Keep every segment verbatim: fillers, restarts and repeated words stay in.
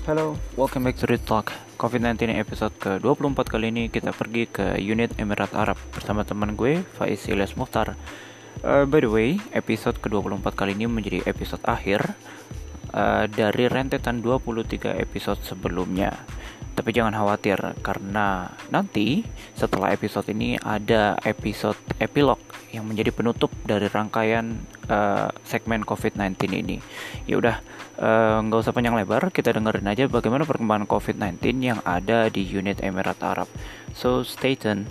Halo, welcome back to Real Talk. covid sembilan belas episode ke dua puluh empat kali ini kita pergi ke Unit Emirat Arab bersama teman gue, Faiz Ilyas Mukhtar. Uh, by the way, episode ke dua puluh empat kali ini menjadi episode akhir uh, dari rentetan dua puluh tiga episode sebelumnya. Tapi jangan khawatir, karena nanti setelah episode ini ada episode epilog yang menjadi penutup dari rangkaian uh, segmen covid sembilan belas ini. Ya udah, uh, nggak usah panjang lebar, kita dengerin aja bagaimana perkembangan covid sembilan belas yang ada di unit Emirat Arab. So stay tuned.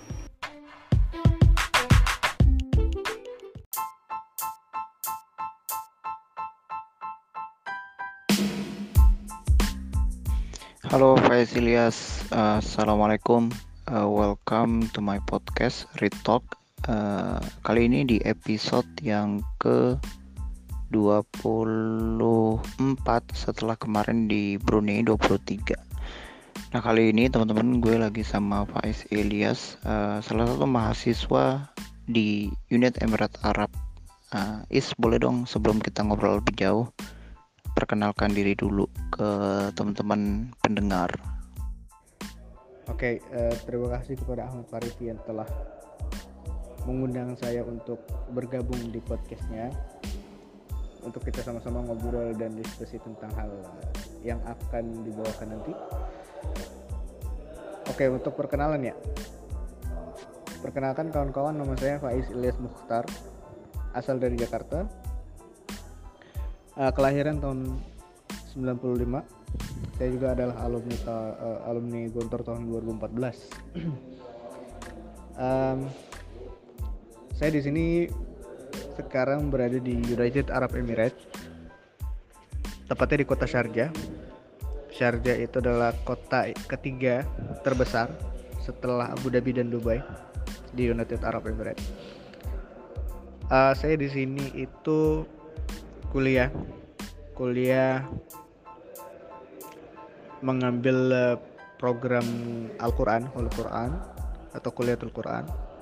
Halo Faiz Ilyas, uh, Assalamualaikum, uh, welcome to my podcast Real Talk. Uh, kali ini di episode yang ke dua puluh empat setelah kemarin di Brunei dua puluh tiga. Nah kali ini teman-teman gue lagi sama Faiz Ilyas, uh, salah satu mahasiswa di unit Emirat Arab. uh, Is boleh dong sebelum kita ngobrol lebih jauh, perkenalkan diri dulu ke teman-teman pendengar. Oke, uh, terima kasih kepada Ahmad Fariti yang telah mengundang saya untuk bergabung di podcastnya, untuk kita sama-sama ngobrol dan diskusi tentang hal yang akan dibawakan nanti. Oke, untuk perkenalan ya. Perkenalkan kawan-kawan, nama saya Faiz Ilyas Mukhtar, asal dari Jakarta. Uh, kelahiran tahun sembilan puluh lima. Saya juga adalah alumni uh, alumni Gontor tahun dua ribu empat belas. um, saya di sini sekarang berada di United Arab Emirates, tepatnya di kota Sharjah. Sharjah itu adalah kota ketiga terbesar setelah Abu Dhabi dan Dubai di United Arab Emirates. Uh, saya di sini itu kuliah kuliah mengambil uh, program Al-Quran Al-Quran atau Kuliatul Quran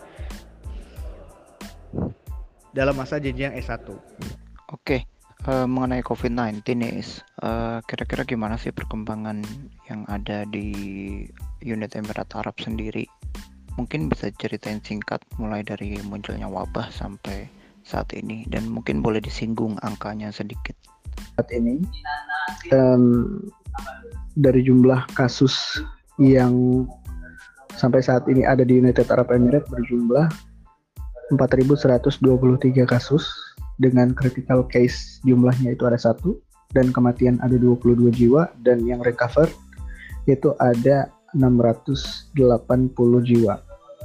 dalam masa jenjang S satu. Oke, uh, mengenai covid sembilan belas nih, uh, kira-kira gimana sih perkembangan yang ada di unit Emirat Arab sendiri? Mungkin bisa ceritain singkat mulai dari munculnya wabah sampai saat ini, dan mungkin boleh disinggung angkanya sedikit. Saat ini um, dari jumlah kasus yang sampai saat ini ada di United Arab Emirates berjumlah empat ribu seratus dua puluh tiga kasus, dengan critical case jumlahnya itu ada satu, dan kematian ada dua puluh dua jiwa, dan yang recover itu ada enam ratus delapan puluh jiwa.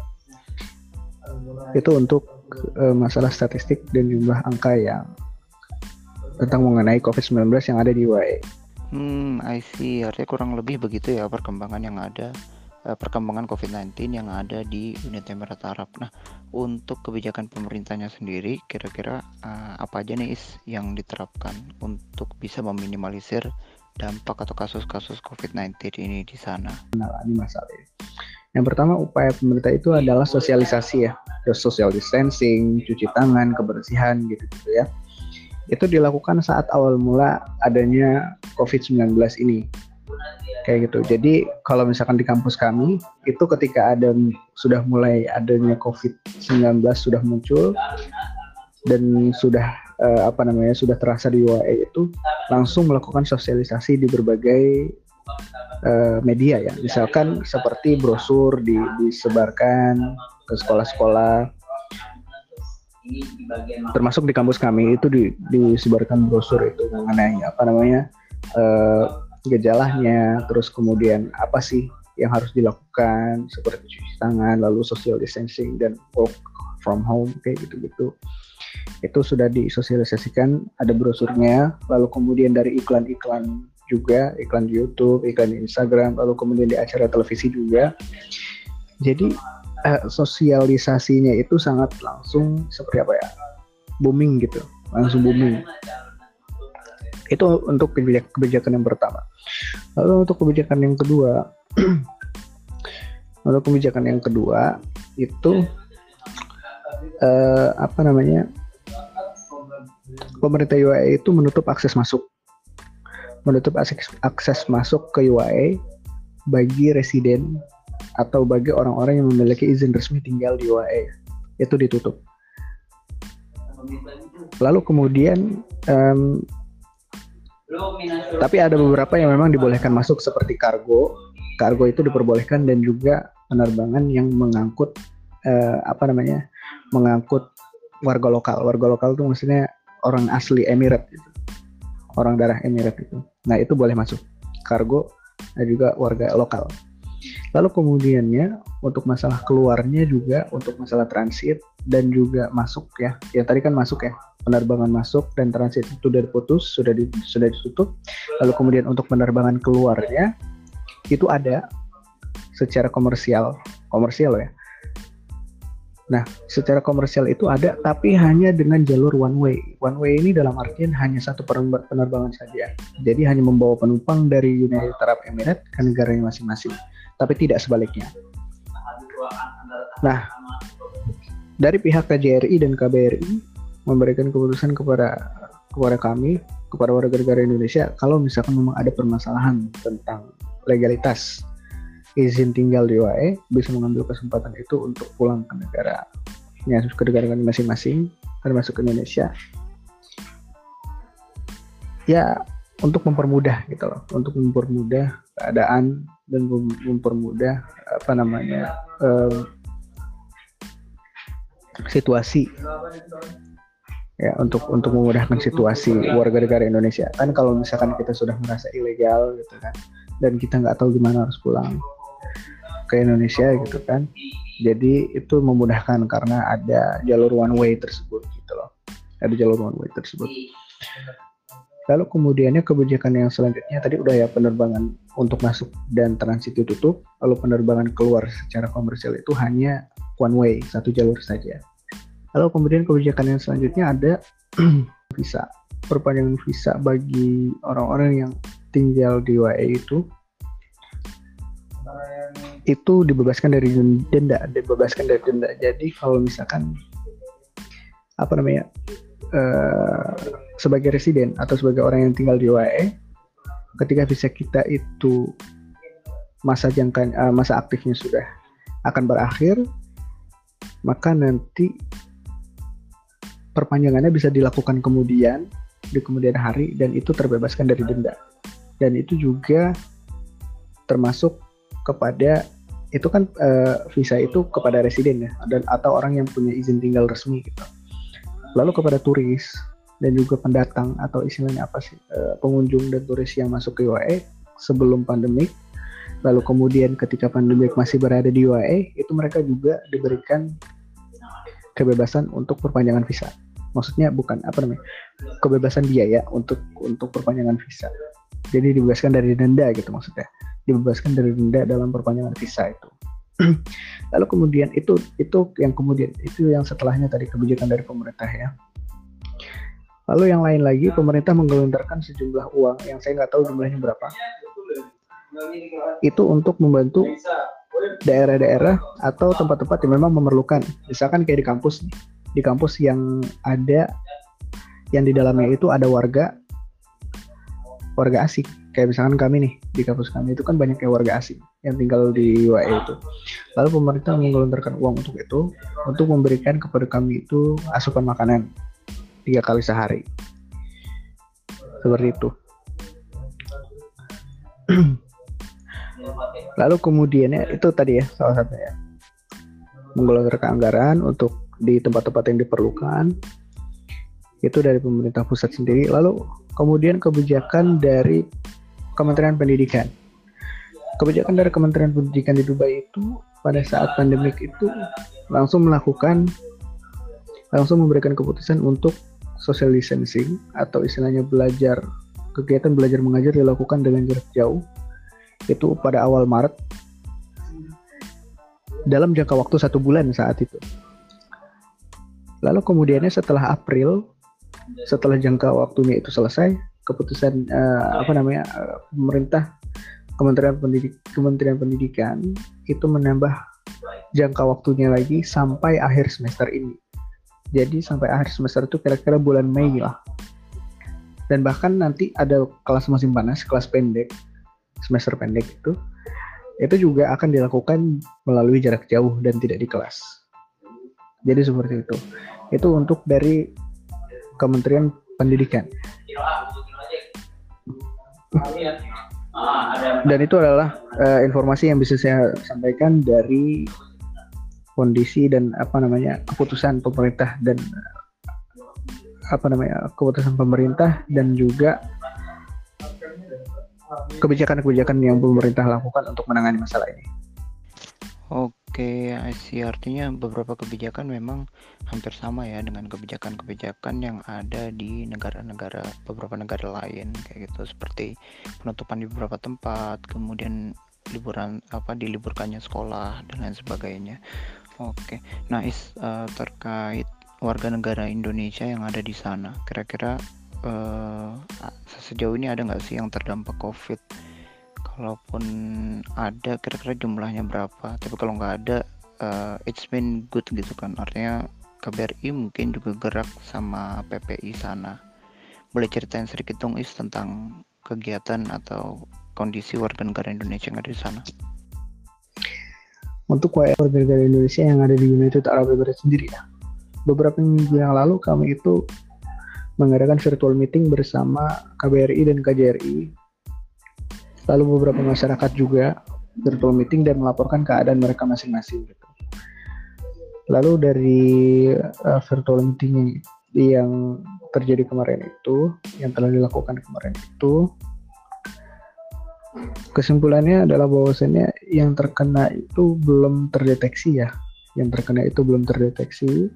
Itu untuk uh, masalah statistik dan jumlah angka yang tentang mengenai covid sembilan belas yang ada di U A E. Hmm, I see. Artinya kurang lebih begitu ya perkembangan yang ada, eh, perkembangan covid sembilan belas yang ada di Uni Emirat Arab. Nah, untuk kebijakan pemerintahnya sendiri, kira-kira uh, apa aja nih Is yang diterapkan untuk bisa meminimalisir dampak atau kasus-kasus covid sembilan belas ini di sana? Nah, ini masalah ini. Yang pertama, upaya pemerintah itu adalah sosialisasi ya, social distancing, cuci tangan, kebersihan gitu-gitu ya. Itu dilakukan saat awal mula adanya covid sembilan belas ini. Kayak gitu. Jadi kalau misalkan di kampus kami, itu ketika ada sudah mulai adanya covid sembilan belas sudah muncul dan sudah eh, apa namanya sudah terasa di U A E, itu langsung melakukan sosialisasi di berbagai eh, media ya. Misalkan seperti brosur di, disebarkan ke sekolah-sekolah. Termasuk di kampus kami itu di, disebarkan brosur itu mengenai apa namanya uh, gejalanya, terus kemudian apa sih yang harus dilakukan seperti cuci tangan, lalu social distancing dan work from home kayak gitu-gitu. Itu sudah disosialisasikan, ada brosurnya, lalu kemudian dari iklan-iklan juga, iklan di YouTube, iklan di Instagram, lalu kemudian di acara televisi juga. Jadi Uh, sosialisasinya itu sangat langsung seperti apa ya, booming gitu, langsung booming. Itu untuk kebijakan yang pertama. Lalu untuk kebijakan yang kedua, untuk kebijakan yang kedua itu uh, apa namanya, pemerintah U A E itu menutup akses masuk menutup akses, akses masuk ke U A E bagi residen atau bagi orang-orang yang memiliki izin resmi tinggal di U A E. Itu ditutup. Lalu kemudian um, tapi ada beberapa yang memang dibolehkan masuk seperti kargo. Kargo itu diperbolehkan, dan juga penerbangan yang mengangkut uh, apa namanya? mengangkut warga lokal. Warga lokal itu maksudnya orang asli Emirat gitu. Orang darah Emirat itu. Nah, itu boleh masuk. Kargo dan juga warga lokal. Lalu kemudiannya untuk masalah keluarnya juga, untuk masalah transit dan juga masuk ya. Ya tadi kan masuk ya. Penerbangan masuk dan transit itu sudah diputus, sudah di, sudah ditutup. Lalu kemudian untuk penerbangan keluarnya itu ada secara komersial, komersial ya. Nah, secara komersial itu ada, tapi hanya dengan jalur one way. One way ini dalam artian hanya satu penerbangan saja. Jadi hanya membawa penumpang dari United Arab Emirates ke negaranya masing-masing, tapi tidak sebaliknya. Nah, dari pihak K J R I dan K B R I memberikan keputusan kepada kepada kami, kepada warga negara Indonesia, kalau misalkan memang ada permasalahan tentang legalitas izin tinggal di U A E, bisa mengambil kesempatan itu untuk pulang ke negara, ya, ke negara masing-masing, termasuk ke Indonesia. Ya, untuk mempermudah gitu loh, untuk mempermudah keadaan dan mempermudah apa namanya um, situasi. Ya, untuk untuk memudahkan situasi warga negara Indonesia. Kan kalau misalkan kita sudah merasa ilegal gitu kan, dan kita nggak tahu gimana harus pulang ke Indonesia gitu kan, jadi itu memudahkan karena ada jalur one way tersebut gitu loh, ada jalur one way tersebut. Lalu kemudiannya kebijakan yang selanjutnya tadi udah ya, penerbangan untuk masuk dan transit ditutup, lalu penerbangan keluar secara komersial itu hanya one way, satu jalur saja. Lalu kemudian kebijakan yang selanjutnya ada visa, perpanjangan visa bagi orang-orang yang tinggal di U A E itu itu dibebaskan dari denda, dibebaskan dari denda. Jadi kalau misalkan apa namanya uh, sebagai residen atau sebagai orang yang tinggal di U A E, ketika visa kita itu masa jangka uh, masa aktifnya sudah akan berakhir, maka nanti perpanjangannya bisa dilakukan kemudian di kemudian hari, dan itu terbebaskan dari denda. Dan itu juga termasuk kepada itu kan uh, visa itu kepada residen ya, dan atau orang yang punya izin tinggal resmi gitu. Lalu kepada turis dan juga pendatang atau istilahnya apa sih uh, pengunjung dan turis yang masuk ke U A E sebelum pandemik, lalu kemudian ketika pandemik masih berada di U A E, itu mereka juga diberikan kebebasan untuk perpanjangan visa. Maksudnya bukan apa namanya kebebasan biaya untuk untuk perpanjangan visa. Jadi dibebaskan dari denda gitu maksudnya. Dibebaskan dari denda dalam perpanjangan visa itu. Lalu kemudian itu itu yang kemudian itu yang setelahnya tadi kebijakan dari pemerintah ya. Lalu yang lain lagi, pemerintah menggelontorkan sejumlah uang yang saya nggak tahu jumlahnya berapa. Itu untuk membantu daerah-daerah atau tempat-tempat yang memang memerlukan. Misalkan kayak di kampus nih. Di kampus yang ada yang di dalamnya itu ada warga warga asing. Kayak misalkan kami nih, di kampus kami itu kan banyak kayak warga asing yang tinggal di U A E itu. Lalu pemerintah menggelontorkan uang untuk itu, untuk memberikan kepada kami itu asupan makanan tiga kali sehari. Seperti itu. Lalu kemudiannya itu tadi ya salah satunya, menggelontorkan anggaran untuk di tempat-tempat yang diperlukan itu dari pemerintah pusat sendiri. Lalu kemudian kebijakan dari Kementerian Pendidikan. Kebijakan dari Kementerian Pendidikan di Dubai itu pada saat pandemik itu langsung melakukan langsung memberikan keputusan untuk social distancing atau istilahnya belajar kegiatan belajar mengajar dilakukan dengan jarak jauh itu pada awal Maret dalam jangka waktu satu bulan saat itu. Lalu kemudiannya setelah April, setelah jangka waktunya itu selesai, keputusan uh, apa namanya uh, pemerintah Kementerian Pendidik Kementerian Pendidikan itu menambah jangka waktunya lagi sampai akhir semester ini. Jadi sampai akhir semester itu kira-kira bulan Mei lah. Dan bahkan nanti ada kelas musim panas, kelas pendek, semester pendek itu, itu juga akan dilakukan melalui jarak jauh dan tidak di kelas. Jadi seperti itu. Itu untuk dari Kementerian Pendidikan. Dan itu adalah uh, informasi yang bisa saya sampaikan dari kondisi dan apa namanya keputusan pemerintah dan apa namanya keputusan pemerintah dan juga kebijakan-kebijakan yang pemerintah lakukan untuk menangani masalah ini. Oke, I see. Artinya beberapa kebijakan memang hampir sama ya dengan kebijakan-kebijakan yang ada di negara-negara beberapa negara lain kayak gitu, seperti penutupan di beberapa tempat, kemudian liburan apa diliburkannya sekolah dan lain sebagainya. Oke, nah is uh, terkait warga negara Indonesia yang ada di sana, kira-kira uh, sejauh ini ada nggak sih yang terdampak COVID? Kalaupun ada, kira-kira jumlahnya berapa? Tapi kalau nggak ada, uh, it's been good gitu kan. Artinya K B R I mungkin juga gerak sama P P I sana. Boleh ceritain sedikit dong Is tentang kegiatan atau kondisi warga negara Indonesia yang ada di sana? Untuk warga negara Indonesia yang ada di United Arab Emirates sendiri ya, beberapa minggu yang lalu kami itu mengadakan virtual meeting bersama K B R I dan K J R I. Lalu beberapa masyarakat juga virtual meeting dan melaporkan keadaan mereka masing-masing gitu. Lalu dari uh, virtual meeting yang terjadi kemarin itu, yang telah dilakukan kemarin itu, kesimpulannya adalah bahwasannya yang terkena itu belum terdeteksi ya, yang terkena itu belum terdeteksi.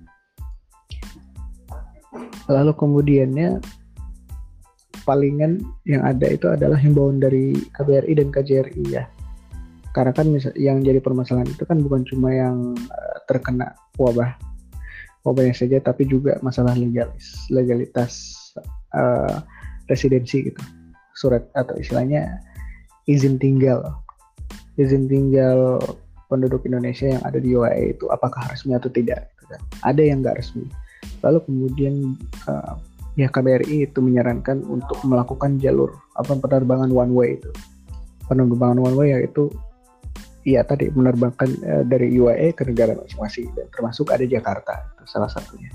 Lalu kemudiannya palingan yang ada itu adalah himbauan dari K B R I dan K J R I ya. Karena kan misal, yang jadi permasalahan itu kan bukan cuma yang uh, terkena wabah wabahnya saja, tapi juga masalah legalis, legalitas uh, residensi gitu, surat atau istilahnya izin tinggal, izin tinggal penduduk Indonesia yang ada di U A E itu apakah resmi atau tidak? Gitu kan. Ada yang nggak resmi. Lalu kemudian uh, ya K B R I itu menyarankan untuk melakukan jalur apa penerbangan one way itu. Penerbangan one way yaitu ya tadi menerbangkan uh, dari U A E ke negara masing-masing dan termasuk ada Jakarta itu salah satunya.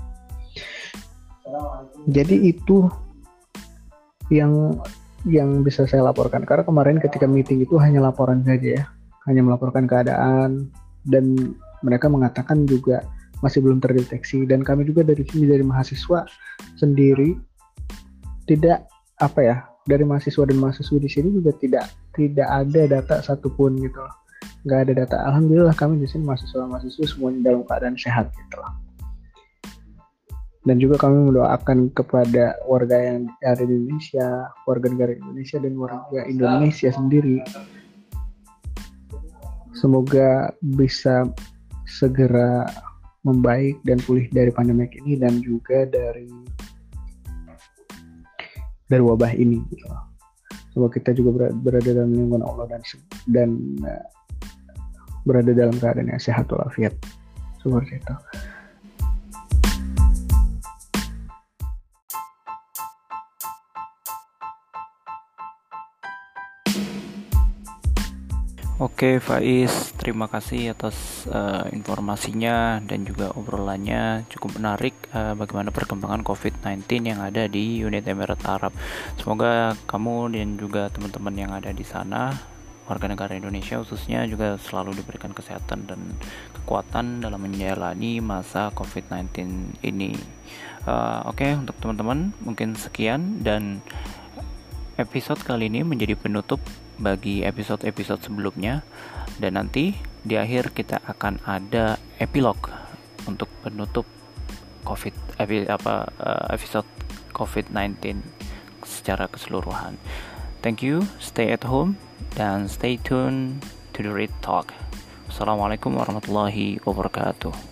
Jadi itu yang yang bisa saya laporkan karena kemarin ketika meeting itu hanya laporan saja ya, hanya melaporkan keadaan dan mereka mengatakan juga masih belum terdeteksi dan kami juga dari sini dari mahasiswa sendiri tidak apa ya dari mahasiswa dan mahasiswa di sini juga tidak tidak ada data satupun gitu loh, nggak ada data. Alhamdulillah kami di sini mahasiswa mahasiswa semuanya dalam keadaan sehat gitu loh. Dan juga kami mendoakan kepada warga yang ada di Indonesia, warga negara Indonesia dan warga Indonesia sendiri, semoga bisa segera membaik dan pulih dari pandemi ini dan juga dari dari wabah ini gitu. Semoga kita juga berada dalam lindungan Allah dan dan uh, berada dalam keadaan yang sehat walafiat seperti itu. Oke Faiz, terima kasih atas uh, informasinya dan juga obrolannya cukup menarik uh, bagaimana perkembangan covid sembilan belas yang ada di Uni Emirat Arab. Semoga kamu dan juga teman-teman yang ada di sana, warga negara Indonesia khususnya, juga selalu diberikan kesehatan dan kekuatan dalam menjalani masa covid sembilan belas ini. Uh, Oke, untuk teman-teman mungkin sekian dan episode kali ini menjadi penutup bagi episode-episode sebelumnya, dan nanti di akhir kita akan ada epilog untuk penutup COVID epi, apa episode covid sembilan belas secara keseluruhan. Thank you, stay at home dan stay tuned to the Read Talk. Assalamualaikum warahmatullahi wabarakatuh.